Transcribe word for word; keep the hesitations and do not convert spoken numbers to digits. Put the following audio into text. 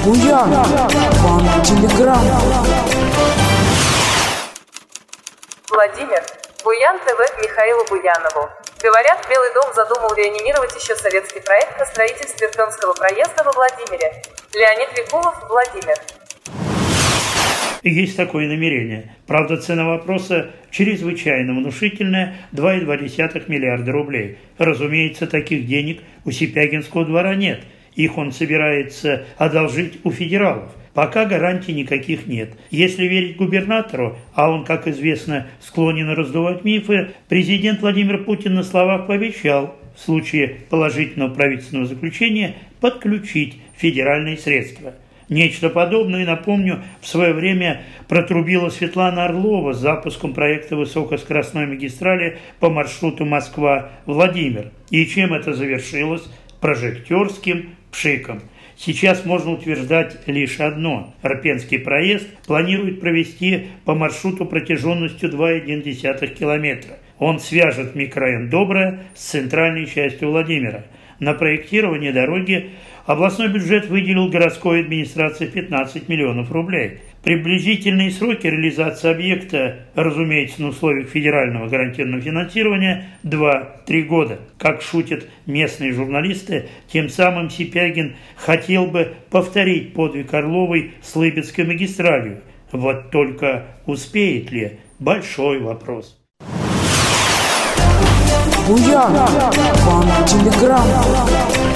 Буян, вам телеграм. Владимир. Буян ТВ к Михаилу Буянову. Говорят, Белый дом задумал реанимировать еще советский проект о строительстве Пермского проезда во Владимире. Леонид Викулов, Владимир. Есть такое намерение. Правда, цена вопроса чрезвычайно внушительная – два и два десятых миллиарда рублей. Разумеется, таких денег у Сипягинского двора нет. Их он собирается одолжить у федералов. Пока гарантий никаких нет. Если верить губернатору, а он, как известно, склонен раздувать мифы, президент Владимир Путин на словах пообещал в случае положительного правительственного заключения подключить федеральные средства. Нечто подобное, напомню, в свое время протрубила Светлана Орлова с запуском проекта высокоскоростной магистрали по маршруту Москва-Владимир. И чем это завершилось? Прожектерским пшиком. Сейчас можно утверждать лишь одно. Арпенский проезд планирует провести по маршруту протяженностью два и одна десятых километра. Он свяжет микрорайон Доброе с центральной частью Владимира. На проектирование дороги областной бюджет выделил городской администрации пятнадцать миллионов рублей. Приблизительные сроки реализации объекта, разумеется, на условиях федерального гарантированного финансирования, два-три года. Как шутят местные журналисты, тем самым Сипягин хотел бы повторить подвиг Орловой с Лыбецкой магистралью. Вот только успеет ли? Большой вопрос. Буян, вам телеграм.